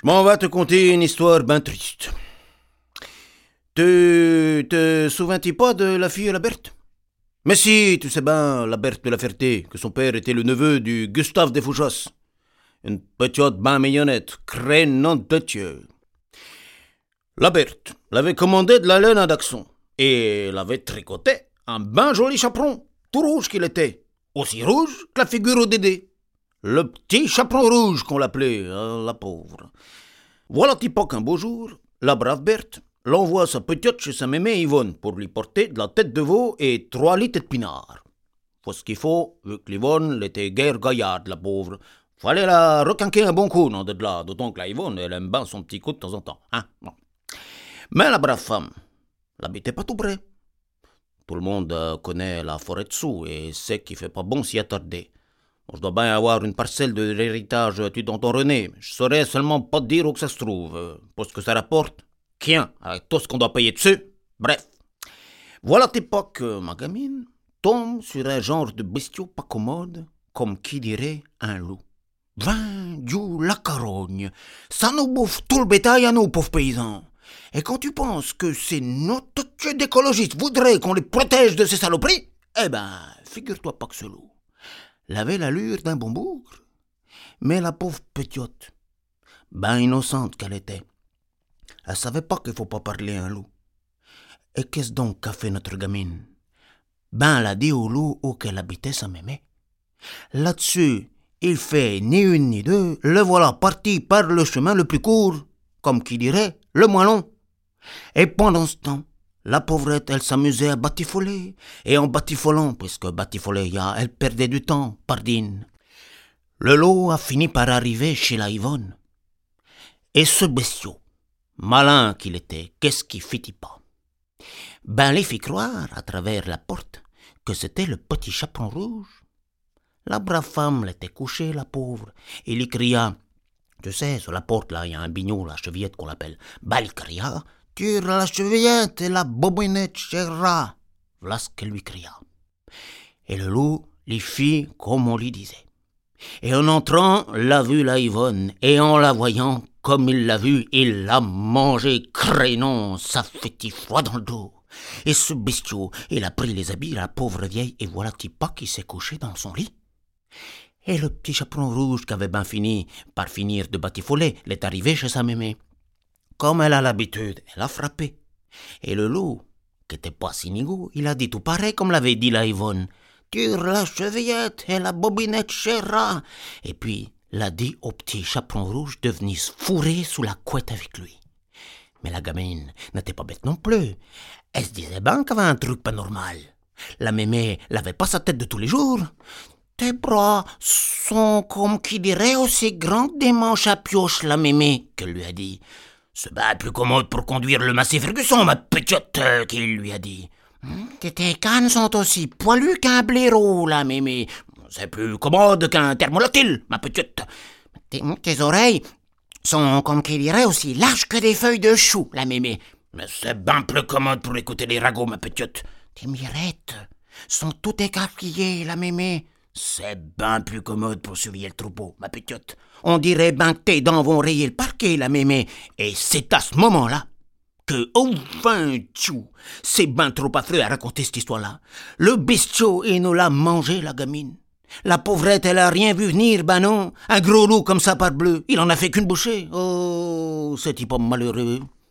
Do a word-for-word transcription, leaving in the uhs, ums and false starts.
Je m'en vais te conter une histoire ben triste. Te, te souviens-tu pas de la fille la Berthe? Mais si, tu sais ben, la Berthe de la Ferté, que son père était le neveu du Gustave de Foujas. Une petite ben mignonnette, crénom de Dieu. La Berthe l'avait commandé de la laine à Daxon, et l'avait tricoté un ben joli chaperon, tout rouge qu'il était, aussi rouge que la figure au Dédé. Le petit chaperon rouge qu'on l'appelait, hein, la pauvre. Voilà pas qu'un beau jour, la brave Berthe l'envoie sa petite chez sa mémé Yvonne pour lui porter de la tête de veau et trois litres de pinard. Faut ce qu'il faut, vu que l'Yvonne l'était guère gaillarde, la pauvre. Fallait la requinquer un bon coup, non de là, d'autant que la Yvonne, elle aime bien son petit coup de temps en temps, hein, bon. Mais la brave femme l'habitait pas tout près. Tout le monde euh, connaît la forêt dessous et sait qu'il fait pas bon s'y attarder. Bon, je dois bien avoir une parcelle de l'héritage du tonton René, mais je saurais seulement pas te dire où que ça se trouve, euh, pour ce que ça rapporte. Qu'un, avec tout ce qu'on doit payer dessus. Bref. Voilà l'époque que ma gamine tombe sur un genre de bestiau pas commode, comme qui dirait un loup. Vingt Dieu la carogne, ça nous bouffe tout le bétail à nous, pauvres paysans. Et quand tu penses que ces notre d'écologistes voudraient qu'on les protège de ces saloperies, eh ben, figure-toi pas que ce loup l'avait l'allure d'un bon bougre. Mais la pauvre petite, ben innocente qu'elle était, elle savait pas qu'il faut pas parler à un loup. Et qu'est-ce donc qu'a fait notre gamine? Ben, elle a dit au loup où qu'elle habitait sa mémé. Là-dessus, il fait ni une ni deux, le voilà parti par le chemin le plus court, comme qui dirait le moins long. Et pendant ce temps, la pauvrette, elle s'amusait à batifoler, et en batifolant, puisque batifoler, elle perdait du temps, pardine. Le loup a fini par arriver chez la Yvonne. Et ce bestiau, malin qu'il était, qu'est-ce qu'il fit-il pas? Ben, les fit croire, à travers la porte, que c'était le petit chaperon rouge. La brave femme l'était couchée, la pauvre, et lui cria, tu sais, sur la porte, là, il y a un bignot, la chevillette qu'on l'appelle. Ben, il cria, tire la chevillette et la bobinette chera. Voilà ce qu'elle lui cria. Et le loup lui fit comme on lui disait. Et en entrant, l'a vu la Yvonne, et en la voyant, comme il l'a vu, il l'a mangé, crénon, ça fait froid dans le dos. Et ce bestiau, il a pris les habits à la pauvre vieille, et voilà Tipa qui s'est couché dans son lit. Et le petit chaperon rouge qui avait bien fini par finir de batifoler l'est arrivé chez sa mémé. Comme elle a l'habitude, elle a frappé. Et le loup, qui était pas si nigaud, il a dit tout pareil comme l'avait dit la Yvonne. Tire la chevillette et la bobinette chera. Et puis, l'a dit au petit chaperon rouge de venir se fourrer sous la couette avec lui. Mais la gamine n'était pas bête non plus. Elle se disait bien qu'il y avait un truc pas normal. La mémé l'avait pas sa tête de tous les jours. Tes bras sont comme qui dirait aussi grands que des manches à pioche, la mémé, qu'elle lui a dit. C'est bien plus commode pour conduire le Massey Ferguson, ma petite, euh, qu'il lui a dit. Hum, tes cannes sont aussi poilues qu'un blaireau, la mémé. C'est plus commode qu'un thermolotyle, ma petite. Tes, tes oreilles sont, comme qu'il dirait, aussi larges que des feuilles de chou, la mémé. Mais c'est bien plus commode pour écouter les ragots, ma petite. Tes mirettes sont toutes écarquillées, la mémé. C'est bien plus commode pour surveiller le troupeau, ma petite. On dirait ben que tes dents vont rayer le parquet, la mémé. Et c'est à ce moment-là que, enfin, tchou, c'est ben trop affreux à raconter cette histoire-là. Le bestiau, il nous l'a mangé, la gamine. La pauvrette, elle a rien vu venir, ben non. Un gros loup comme ça, parbleu, il en a fait qu'une bouchée. Oh, c'est pas malheureux.